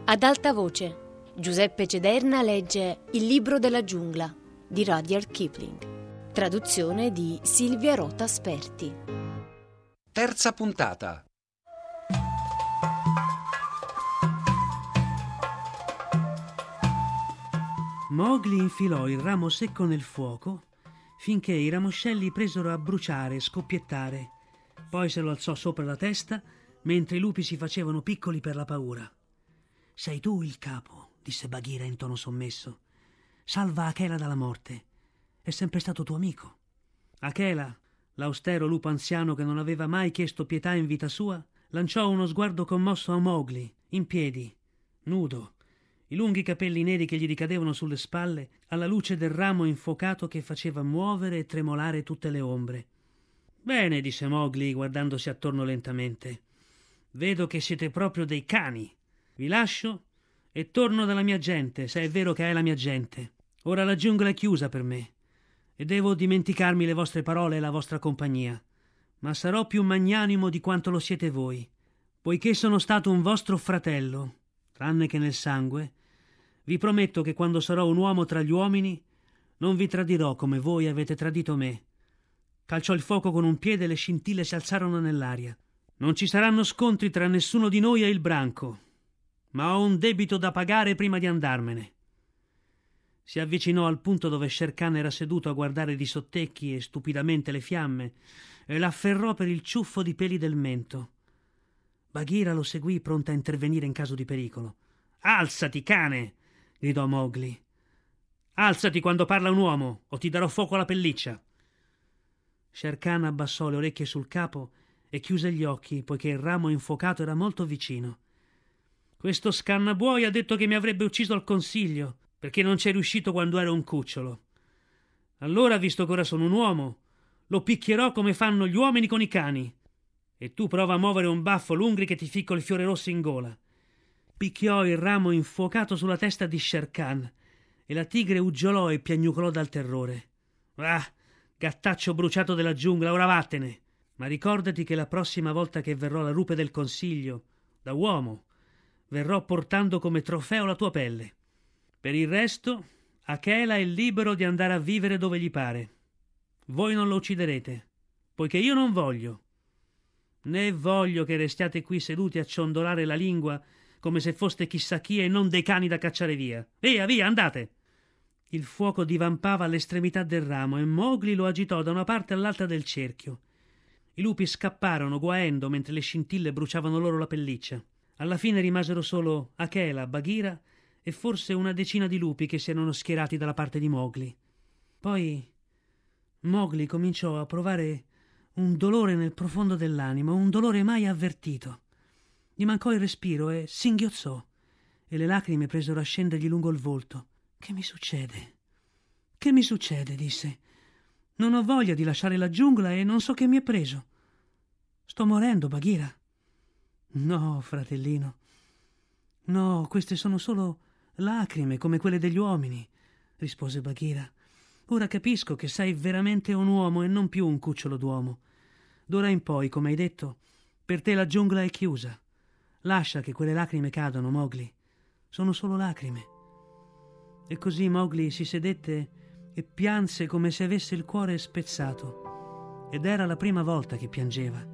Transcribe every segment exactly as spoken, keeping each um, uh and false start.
Ad alta voce, Giuseppe Cederna legge Il libro della giungla di Rudyard Kipling. Traduzione di Silvia Rota Sperti. Terza puntata. Mowgli infilò il ramo secco nel fuoco finché i ramoscelli presero a bruciare e scoppiettare. Poi se lo alzò sopra la testa mentre i lupi si facevano piccoli per la paura. «Sei tu il capo», disse Bagheera in tono sommesso. «Salva Akela dalla morte. È sempre stato tuo amico». Akela, l'austero lupo anziano che non aveva mai chiesto pietà in vita sua, lanciò uno sguardo commosso a Mowgli, in piedi, nudo, i lunghi capelli neri che gli ricadevano sulle spalle alla luce del ramo infuocato che faceva muovere e tremolare tutte le ombre. «Bene», disse Mowgli guardandosi attorno lentamente. «Vedo che siete proprio dei cani. Vi lascio e torno dalla mia gente, se è vero che è la mia gente. Ora la giungla è chiusa per me e devo dimenticarmi le vostre parole e la vostra compagnia, ma sarò più magnanimo di quanto lo siete voi. Poiché sono stato un vostro fratello, tranne che nel sangue, vi prometto che quando sarò un uomo tra gli uomini non vi tradirò come voi avete tradito me». Calciò il fuoco con un piede e le scintille si alzarono nell'aria. «Non ci saranno scontri tra nessuno di noi e il branco, ma ho un debito da pagare prima di andarmene». Si avvicinò al punto dove Shere Khan era seduto a guardare di sottecchi e stupidamente le fiamme e l'afferrò per il ciuffo di peli del mento. Bagheera lo seguì pronta a intervenire in caso di pericolo. «Alzati, cane!» gridò Mowgli. «Alzati quando parla un uomo o ti darò fuoco alla pelliccia». Shere Khan abbassò le orecchie sul capo e chiuse gli occhi poiché il ramo infuocato era molto vicino. «Questo scannabuoi ha detto che mi avrebbe ucciso al consiglio perché non c'è riuscito quando ero un cucciolo. Allora, visto che ora sono un uomo, lo picchierò come fanno gli uomini con i cani. E tu prova a muovere un baffo l'ungri che ti ficco il fiore rosso in gola». Picchiò il ramo infuocato sulla testa di Shere Khan e la tigre uggiolò e piagnucolò dal terrore. «Ah, gattaccio bruciato della giungla, ora vattene! Ma ricordati che la prossima volta che verrò alla rupe del consiglio, da uomo, verrò portando come trofeo la tua pelle. Per il resto, Akela è libero di andare a vivere dove gli pare. Voi non lo ucciderete, poiché io non voglio. Né voglio che restiate qui seduti a ciondolare la lingua come se foste chissà chi e non dei cani da cacciare via. Via, via, andate!» Il fuoco divampava all'estremità del ramo e Mowgli lo agitò da una parte all'altra del cerchio. I lupi scapparono guaendo mentre le scintille bruciavano loro la pelliccia. Alla fine rimasero solo Akela, Bagheera e forse una decina di lupi che si erano schierati dalla parte di Mowgli. Poi Mowgli cominciò a provare un dolore nel profondo dell'animo, un dolore mai avvertito. Gli mancò il respiro e singhiozzò e le lacrime presero a scendergli lungo il volto. «Che mi succede? Che mi succede?» disse. «Non ho voglia di lasciare la giungla e non so che mi è preso. Sto morendo, Bagheera». «No, fratellino. No, queste sono solo lacrime come quelle degli uomini», rispose Bagheera. «Ora capisco che sei veramente un uomo e non più un cucciolo d'uomo. D'ora in poi, come hai detto, per te la giungla è chiusa. Lascia che quelle lacrime cadano, Mowgli. Sono solo lacrime». E così Mowgli si sedette e pianse come se avesse il cuore spezzato. Ed era la prima volta che piangeva.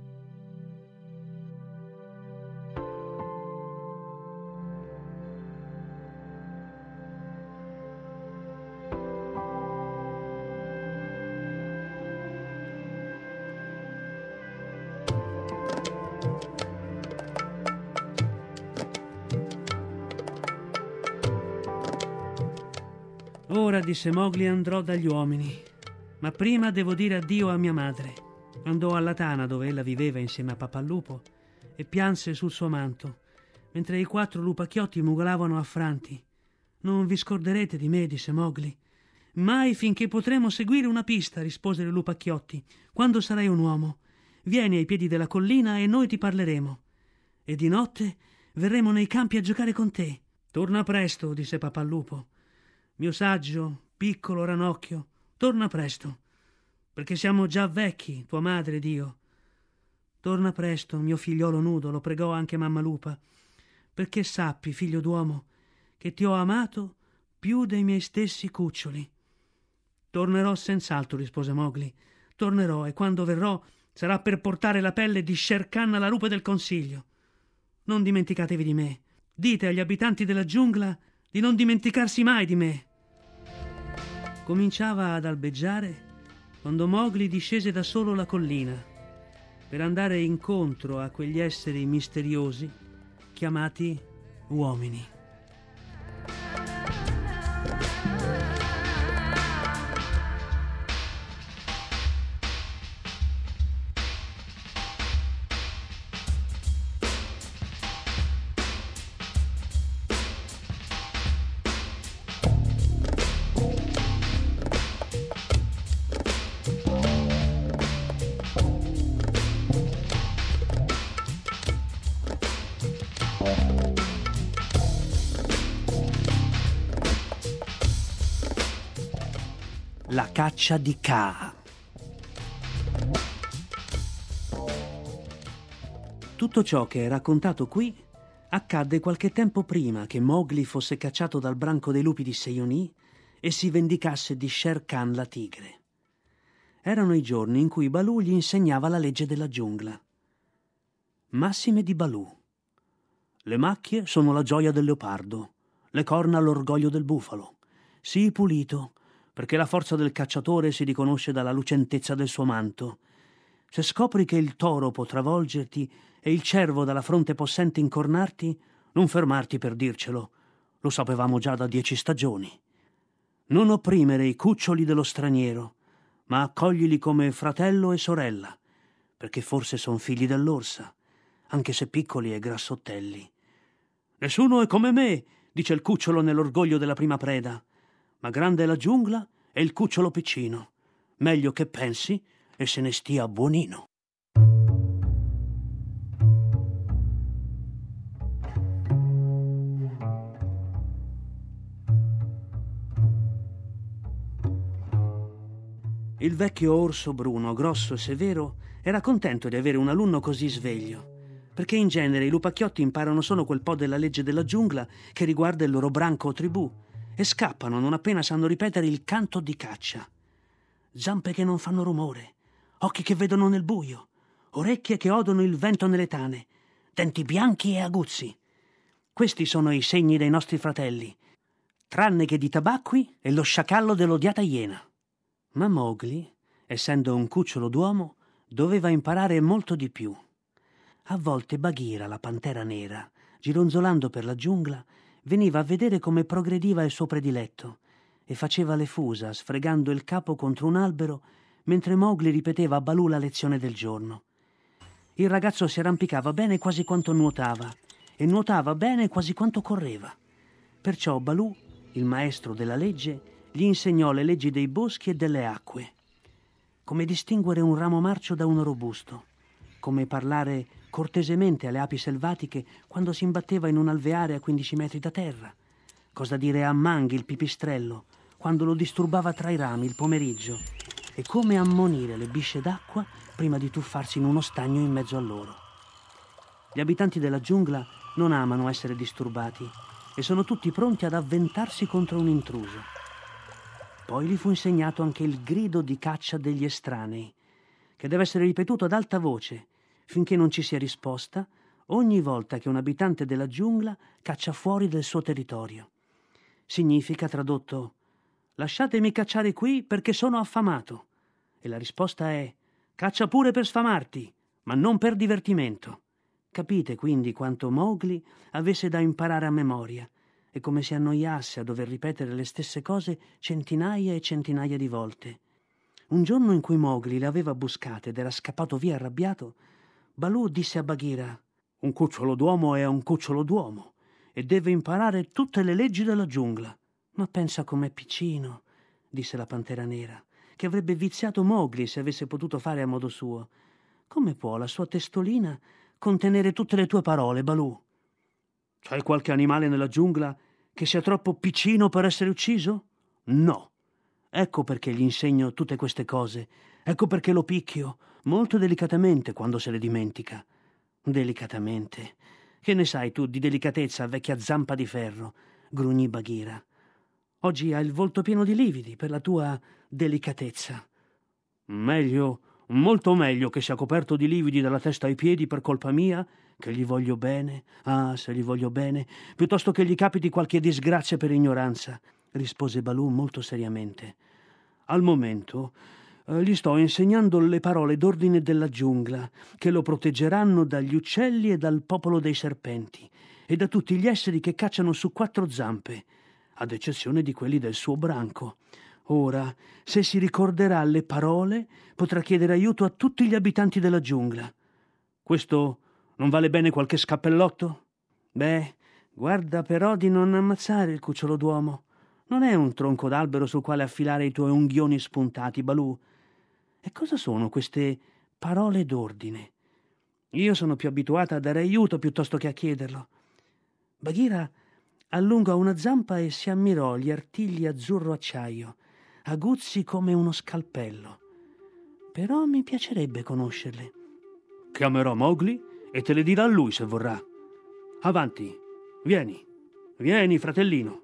«Ora», disse Mowgli, «andrò dagli uomini, ma prima devo dire addio a mia madre». Andò alla tana dove ella viveva insieme a Pappalupo e pianse sul suo manto, mentre i quattro lupacchiotti mugolavano affranti. «Non vi scorderete di me», disse Mowgli. «Mai finché potremo seguire una pista», risposero i lupacchiotti. «Quando sarai un uomo, vieni ai piedi della collina e noi ti parleremo. E di notte verremo nei campi a giocare con te». «Torna presto», disse Pappalupo. «Mio saggio, piccolo ranocchio, torna presto, perché siamo già vecchi, tua madre ed io. Torna presto, mio figliolo nudo», lo pregò anche Mamma Lupa, perché sappi, figlio d'uomo, che ti ho amato più dei miei stessi cuccioli. Tornerò senz'altro, rispose Mowgli. Tornerò, e quando verrò sarà per portare la pelle di Shere Khan alla rupe del consiglio. Non dimenticatevi di me. Dite agli abitanti della giungla di non dimenticarsi mai di me. Cominciava ad albeggiare quando Mowgli discese da solo la collina per andare incontro a quegli esseri misteriosi chiamati uomini. La caccia di Kaa. Tutto ciò che è raccontato qui accadde qualche tempo prima che Mowgli fosse cacciato dal branco dei lupi di Seionì e si vendicasse di Shere Khan la tigre. Erano i giorni in cui Baloo gli insegnava la legge della giungla. Massime di Baloo. Le macchie sono la gioia del leopardo, le corna l'orgoglio del bufalo. Sii pulito, perché la forza del cacciatore si riconosce dalla lucentezza del suo manto. Se scopri che il toro può travolgerti e il cervo dalla fronte possente incornarti, non fermarti per dircelo, lo sapevamo già da dieci stagioni. Non opprimere i cuccioli dello straniero, ma accoglili come fratello e sorella, perché forse son figli dell'orsa, anche se piccoli e grassottelli. Nessuno è come me, dice il cucciolo nell'orgoglio della prima preda, ma grande è la giungla e il cucciolo piccino. Meglio che pensi e se ne stia buonino. Il vecchio orso bruno, grosso e severo, era contento di avere un alunno così sveglio, perché in genere i lupacchiotti imparano solo quel po' della legge della giungla che riguarda il loro branco o tribù e scappano non appena sanno ripetere il canto di caccia. Zampe che non fanno rumore, occhi che vedono nel buio, orecchie che odono il vento nelle tane, denti bianchi e aguzzi. Questi sono i segni dei nostri fratelli, tranne che di Tabacqui e lo sciacallo dell'odiata iena. Ma Mowgli, essendo un cucciolo d'uomo, doveva imparare molto di più. A volte Bagheera, la pantera nera, gironzolando per la giungla, veniva a vedere come progrediva il suo prediletto e faceva le fusa, sfregando il capo contro un albero, mentre Mowgli ripeteva a Baloo la lezione del giorno. Il ragazzo si arrampicava bene quasi quanto nuotava e nuotava bene quasi quanto correva. Perciò Baloo, il maestro della legge, gli insegnò le leggi dei boschi e delle acque, come distinguere un ramo marcio da uno robusto, come parlare cortesemente alle api selvatiche quando si imbatteva in un alveare a quindici metri da terra, cosa dire a Manghi il pipistrello quando lo disturbava tra i rami il pomeriggio e come ammonire le bisce d'acqua prima di tuffarsi in uno stagno in mezzo a loro. Gli abitanti della giungla non amano essere disturbati e sono tutti pronti ad avventarsi contro un intruso. Poi gli fu insegnato anche il grido di caccia degli estranei, che deve essere ripetuto ad alta voce finché non ci sia risposta ogni volta che un abitante della giungla caccia fuori del suo territorio. Significa, tradotto, lasciatemi cacciare qui perché sono affamato. E la risposta è, caccia pure per sfamarti, ma non per divertimento. Capite quindi quanto Mowgli avesse da imparare a memoria e come si annoiasse a dover ripetere le stesse cose centinaia e centinaia di volte. Un giorno in cui Mowgli le aveva buscate ed era scappato via arrabbiato, Baloo disse a Bagheera: un cucciolo d'uomo è un cucciolo d'uomo e deve imparare tutte le leggi della giungla. Ma pensa com'è piccino, disse la pantera nera, che avrebbe viziato Mowgli se avesse potuto fare a modo suo. Come può la sua testolina contenere tutte le tue parole, Baloo? C'è qualche animale nella giungla che sia troppo piccino per essere ucciso? No. Ecco perché gli insegno tutte queste cose. Ecco perché lo picchio molto delicatamente quando se le dimentica. Delicatamente. Che ne sai tu di delicatezza, vecchia zampa di ferro? Grugnì Bagheera. Oggi hai il volto pieno di lividi per la tua delicatezza. Meglio, molto meglio che sia coperto di lividi dalla testa ai piedi per colpa mia, che gli voglio bene, ah, se gli voglio bene, piuttosto che gli capiti qualche disgrazia per ignoranza, rispose Balù molto seriamente. Al momento eh, gli sto insegnando le parole d'ordine della giungla, che lo proteggeranno dagli uccelli e dal popolo dei serpenti, e da tutti gli esseri che cacciano su quattro zampe, ad eccezione di quelli del suo branco. Ora, se si ricorderà le parole, potrà chiedere aiuto a tutti gli abitanti della giungla. Questo non vale bene qualche scappellotto? Beh, guarda però di non ammazzare il cucciolo d'uomo. Non è un tronco d'albero sul quale affilare i tuoi unghioni spuntati, Balù. E cosa sono queste parole d'ordine? Io sono più abituata a dare aiuto piuttosto che a chiederlo. Bagheera allungò una zampa e si ammirò gli artigli azzurro acciaio, aguzzi come uno scalpello. Però mi piacerebbe conoscerle. Chiamerò Mowgli e te le dirà lui se vorrà. Avanti, vieni, vieni, fratellino.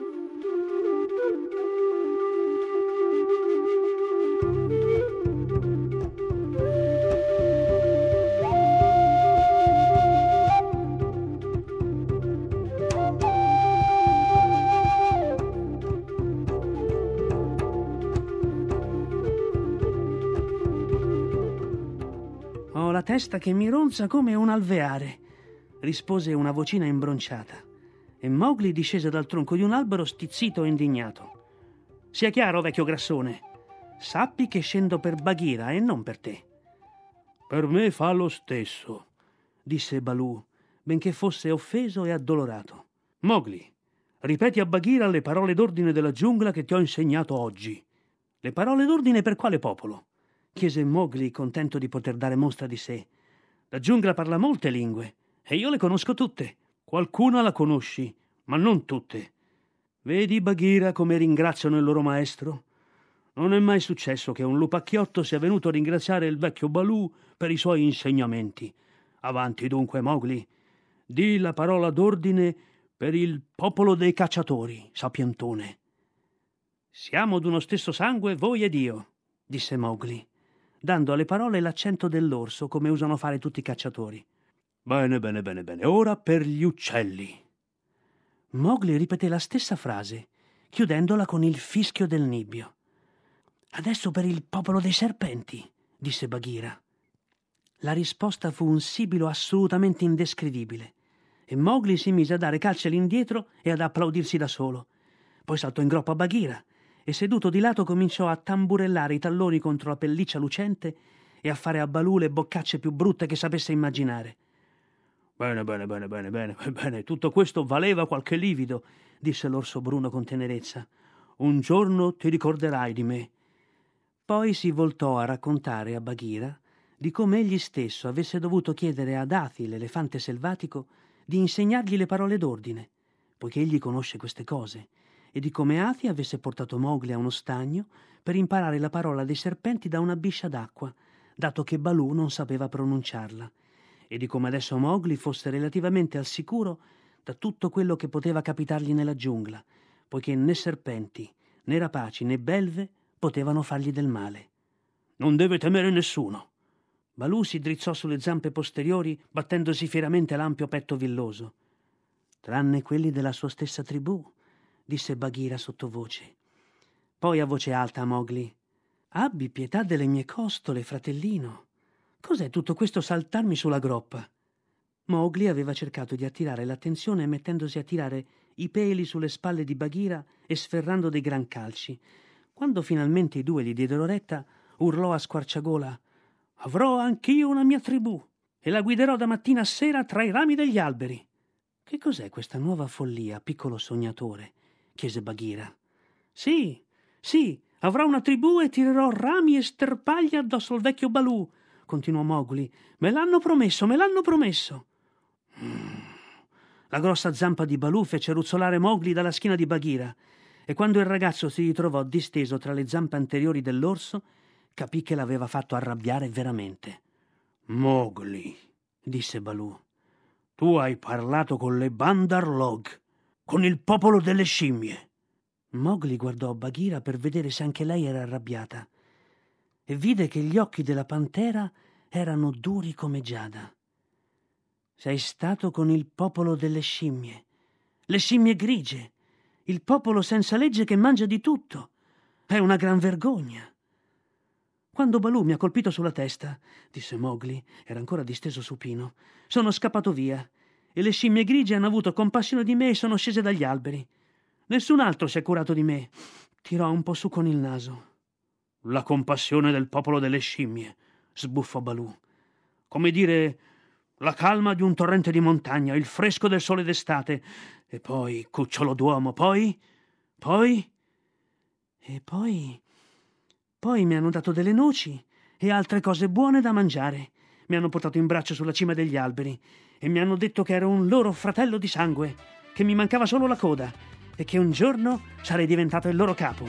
Ho la testa che mi ronza come un alveare, rispose una vocina imbronciata, e Mowgli discese dal tronco di un albero stizzito e indignato. Sia chiaro, vecchio grassone, sappi che scendo per Bagheera e non per te. Per me fa lo stesso, disse Balù, benché fosse offeso e addolorato. Mowgli, ripeti a Bagheera le parole d'ordine della giungla che ti ho insegnato oggi. Le parole d'ordine per quale popolo? Chiese Mowgli, contento di poter dare mostra di sé. La giungla parla molte lingue e io le conosco tutte. Qualcuna la conosci, ma non tutte. Vedi, Bagheera, come ringraziano il loro maestro? Non è mai successo che un lupacchiotto sia venuto a ringraziare il vecchio Balù per i suoi insegnamenti. Avanti dunque, Mowgli. Di la parola d'ordine per il popolo dei cacciatori, sapientone. Siamo d'uno stesso sangue, voi ed io, disse Mowgli, dando alle parole l'accento dell'orso come usano fare tutti i cacciatori. Bene, bene, bene, bene. Ora per gli uccelli. Mowgli ripeté la stessa frase, chiudendola con il fischio del nibbio. Adesso per il popolo dei serpenti, disse Bagheera. La risposta fu un sibilo assolutamente indescrivibile, e Mowgli si mise a dare calci all'indietro e ad applaudirsi da solo. Poi saltò in groppa a Bagheera e seduto di lato cominciò a tamburellare i talloni contro la pelliccia lucente e a fare a Balù le boccacce più brutte che sapesse immaginare. Bene, bene, bene, bene, bene, bene, tutto questo valeva qualche livido, disse l'orso bruno con tenerezza. Un giorno ti ricorderai di me. Poi si voltò a raccontare a Bagheera di come egli stesso avesse dovuto chiedere ad Hathi, l'elefante selvatico, di insegnargli le parole d'ordine, poiché egli conosce queste cose, e di come Hathi avesse portato Mowgli a uno stagno per imparare la parola dei serpenti da una biscia d'acqua, dato che Balù non sapeva pronunciarla, e di come adesso Mowgli fosse relativamente al sicuro da tutto quello che poteva capitargli nella giungla, poiché né serpenti, né rapaci, né belve potevano fargli del male. Non deve temere nessuno. Balù si drizzò sulle zampe posteriori, battendosi fieramente l'ampio petto villoso. Tranne quelli della sua stessa tribù, disse Bagheera sottovoce. Poi a voce alta a Mowgli: abbi pietà delle mie costole, fratellino. Cos'è tutto questo saltarmi sulla groppa? Mowgli aveva cercato di attirare l'attenzione mettendosi a tirare i peli sulle spalle di Bagheera e sferrando dei gran calci. Quando finalmente i due gli diedero retta, urlò a squarciagola: avrò anch'io una mia tribù e la guiderò da mattina a sera tra i rami degli alberi. Che cos'è questa nuova follia, piccolo sognatore? Chiese Bagheera. Sì, sì, avrò una tribù e tirerò rami e sterpagli addosso al vecchio Balù, continuò Mowgli. Me l'hanno promesso, me l'hanno promesso. Mm. La grossa zampa di Balù fece ruzzolare Mowgli dalla schiena di Bagheera, e quando il ragazzo si ritrovò disteso tra le zampe anteriori dell'orso, capì che l'aveva fatto arrabbiare veramente. Mowgli, disse Balù, Tu hai parlato con le Bandar-log, con il popolo delle scimmie. Mowgli guardò Bagheera per vedere se anche lei era arrabbiata e vide che gli occhi della pantera erano duri come giada. Sei stato con il popolo delle scimmie, le scimmie grigie, il popolo senza legge che mangia di tutto. È una gran vergogna. Quando Baloo mi ha colpito sulla testa, disse Mowgli, era ancora disteso supino, sono scappato via e le scimmie grigie hanno avuto compassione di me e sono scese dagli alberi. Nessun altro si è curato di me. Tirò un po' su con il naso. La compassione del popolo delle scimmie, sbuffò Baloo. Come dire, la calma di un torrente di montagna, il fresco del sole d'estate. E poi, cucciolo d'uomo, poi? Poi? E poi... Poi mi hanno dato delle noci e altre cose buone da mangiare. Mi hanno portato in braccio sulla cima degli alberi e mi hanno detto che ero un loro fratello di sangue, che mi mancava solo la coda e che un giorno sarei diventato il loro capo.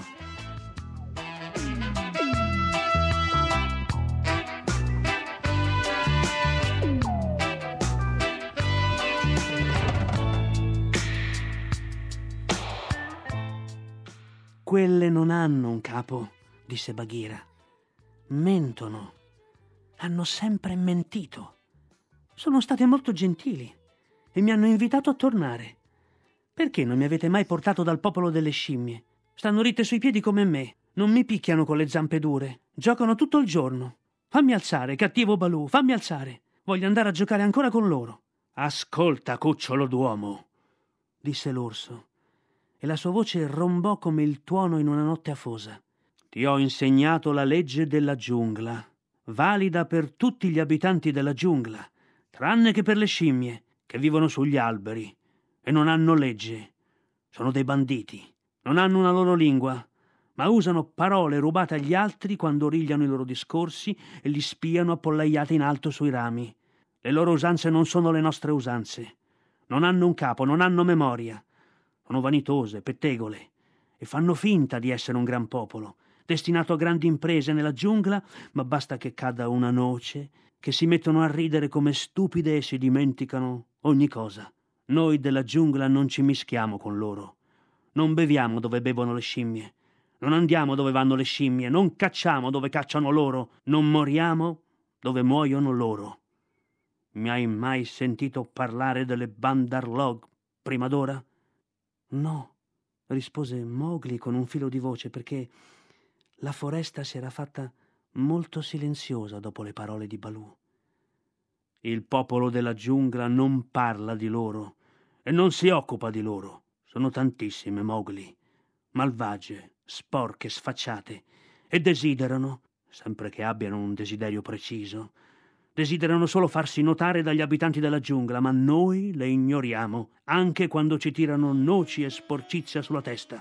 Quelle non hanno un capo, disse Bagheera. Mentono. Hanno sempre mentito. Sono state molto gentili e mi hanno invitato a tornare. Perché non mi avete mai portato dal popolo delle scimmie? Stanno ritte sui piedi come me. Non mi picchiano con le zampe dure. Giocano tutto il giorno. Fammi alzare, cattivo Baloo, fammi alzare. Voglio andare a giocare ancora con loro. Ascolta, cucciolo d'uomo, disse l'orso, e la sua voce rombò come il tuono in una notte afosa. Ti ho insegnato la legge della giungla, valida per tutti gli abitanti della giungla, tranne che per le scimmie, che vivono sugli alberi e non hanno legge. Sono dei banditi, non hanno una loro lingua, ma usano parole rubate agli altri quando origliano i loro discorsi e li spiano appollaiati in alto sui rami. Le loro usanze non sono le nostre usanze. Non hanno un capo, non hanno memoria. Sono vanitose, pettegole, e fanno finta di essere un gran popolo, destinato a grandi imprese nella giungla, ma basta che cada una noce, che si mettono a ridere come stupide e si dimenticano ogni cosa. Noi della giungla non ci mischiamo con loro. Non beviamo dove bevono le scimmie. Non andiamo dove vanno le scimmie. Non cacciamo dove cacciano loro. Non moriamo dove muoiono loro. Mi hai mai sentito parlare delle Bandar-log prima d'ora? No, rispose Mowgli con un filo di voce, perché la foresta si era fatta molto silenziosa dopo le parole di Baloo. Il popolo della giungla non parla di loro e non si occupa di loro. Sono tantissime, Mowgli, malvagie, sporche, sfacciate, e desiderano, sempre che abbiano un desiderio preciso, desiderano solo farsi notare dagli abitanti della giungla, ma noi le ignoriamo, anche quando ci tirano noci e sporcizia sulla testa.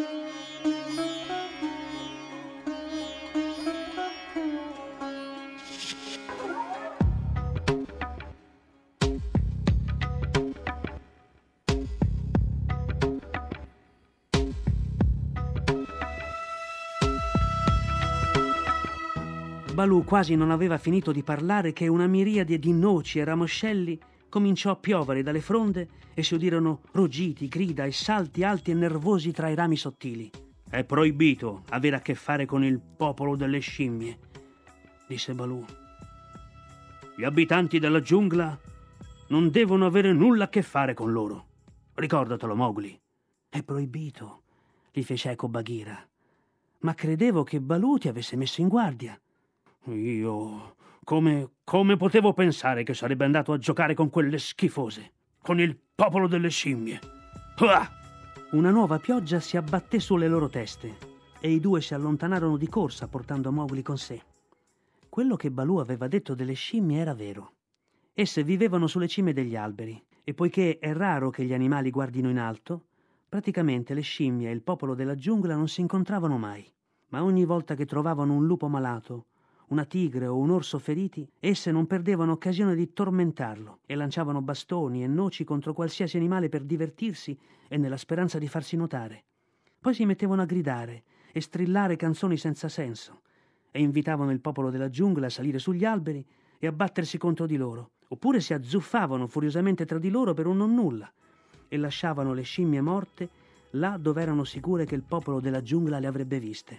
Baloo quasi non aveva finito di parlare che una miriade di noci e ramoscelli cominciò a piovere dalle fronde e si udirono ruggiti, grida e salti alti e nervosi tra i rami sottili. È proibito avere a che fare con il popolo delle scimmie, disse Baloo. Gli abitanti della giungla non devono avere nulla a che fare con loro. Ricordatelo, Mowgli. È proibito, gli fece eco Bagheera. Ma credevo che Baloo ti avesse messo in guardia. Io... Come, come potevo pensare che sarebbe andato a giocare con quelle schifose? Con il popolo delle scimmie? Uah! Una nuova pioggia si abbatté sulle loro teste e i due si allontanarono di corsa portando Mowgli con sé. Quello che Baloo aveva detto delle scimmie era vero. Esse vivevano sulle cime degli alberi e poiché è raro che gli animali guardino in alto, praticamente le scimmie e il popolo della giungla non si incontravano mai. Ma ogni volta che trovavano un lupo malato, una tigre o un orso feriti, esse non perdevano occasione di tormentarlo e lanciavano bastoni e noci contro qualsiasi animale per divertirsi e nella speranza di farsi notare. Poi si mettevano a gridare e strillare canzoni senza senso e invitavano il popolo della giungla a salire sugli alberi e a battersi contro di loro, oppure si azzuffavano furiosamente tra di loro per un nonnulla e lasciavano le scimmie morte là dove erano sicure che il popolo della giungla le avrebbe viste.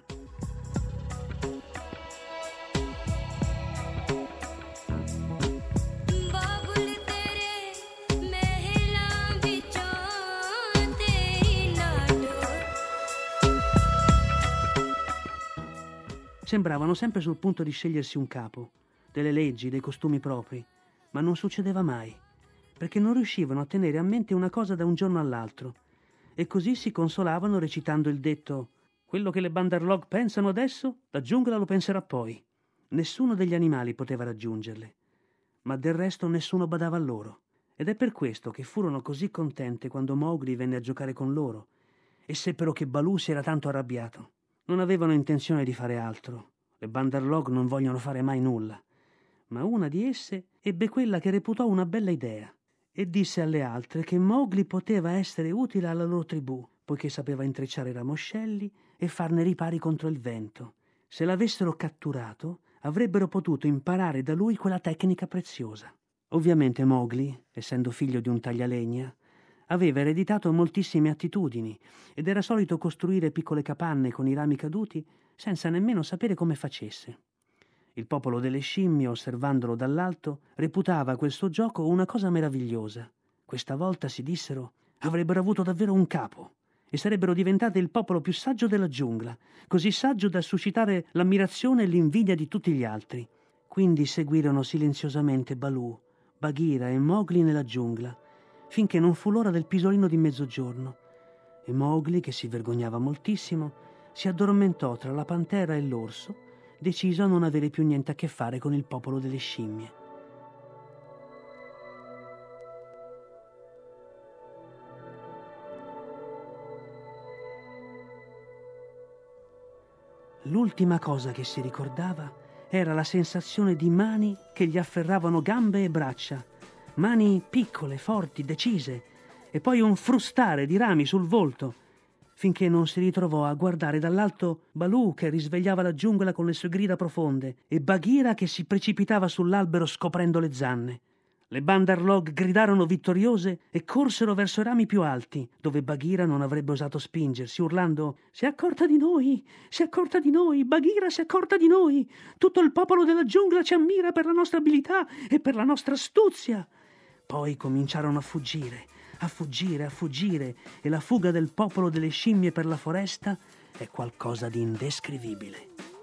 Sembravano sempre sul punto di scegliersi un capo, delle leggi, dei costumi propri, ma non succedeva mai, perché non riuscivano a tenere a mente una cosa da un giorno all'altro, e così si consolavano recitando il detto: quello che le Bandarlog pensano adesso, la giungla lo penserà poi. Nessuno degli animali poteva raggiungerle, ma del resto nessuno badava a loro, ed è per questo che furono così contente quando Mowgli venne a giocare con loro e seppero che Baloo si era tanto arrabbiato. Non avevano intenzione di fare altro. Le Bandarlog non vogliono fare mai nulla. Ma una di esse ebbe quella che reputò una bella idea e disse alle altre che Mowgli poteva essere utile alla loro tribù, poiché sapeva intrecciare i ramoscelli e farne ripari contro il vento. Se l'avessero catturato, avrebbero potuto imparare da lui quella tecnica preziosa. Ovviamente Mowgli, essendo figlio di un taglialegna, aveva ereditato moltissime attitudini ed era solito costruire piccole capanne con i rami caduti senza nemmeno sapere come facesse. Il popolo delle scimmie, osservandolo dall'alto, reputava quel suo gioco una cosa meravigliosa. Questa volta, si dissero, avrebbero avuto davvero un capo e sarebbero diventate il popolo più saggio della giungla, così saggio da suscitare l'ammirazione e l'invidia di tutti gli altri. Quindi seguirono silenziosamente Baloo, Bagheera e Mowgli nella giungla, finché non fu l'ora del pisolino di mezzogiorno, e Mowgli, che si vergognava moltissimo, si addormentò tra la pantera e l'orso, deciso a non avere più niente a che fare con il popolo delle scimmie. L'ultima cosa che si ricordava era la sensazione di mani che gli afferravano gambe e braccia, mani piccole, forti, decise, e poi un frustare di rami sul volto, finché non si ritrovò a guardare dall'alto Baloo che risvegliava la giungla con le sue grida profonde e Bagheera che si precipitava sull'albero scoprendo le zanne. Le Bandarlog gridarono vittoriose e corsero verso i rami più alti, dove Bagheera non avrebbe osato spingersi, urlando: «Si è accorta di noi! Si è accorta di noi! Bagheera si è accorta di noi! Tutto il popolo della giungla ci ammira per la nostra abilità e per la nostra astuzia!» Poi cominciarono a fuggire, a fuggire, a fuggire, e la fuga del popolo delle scimmie per la foresta è qualcosa di indescrivibile.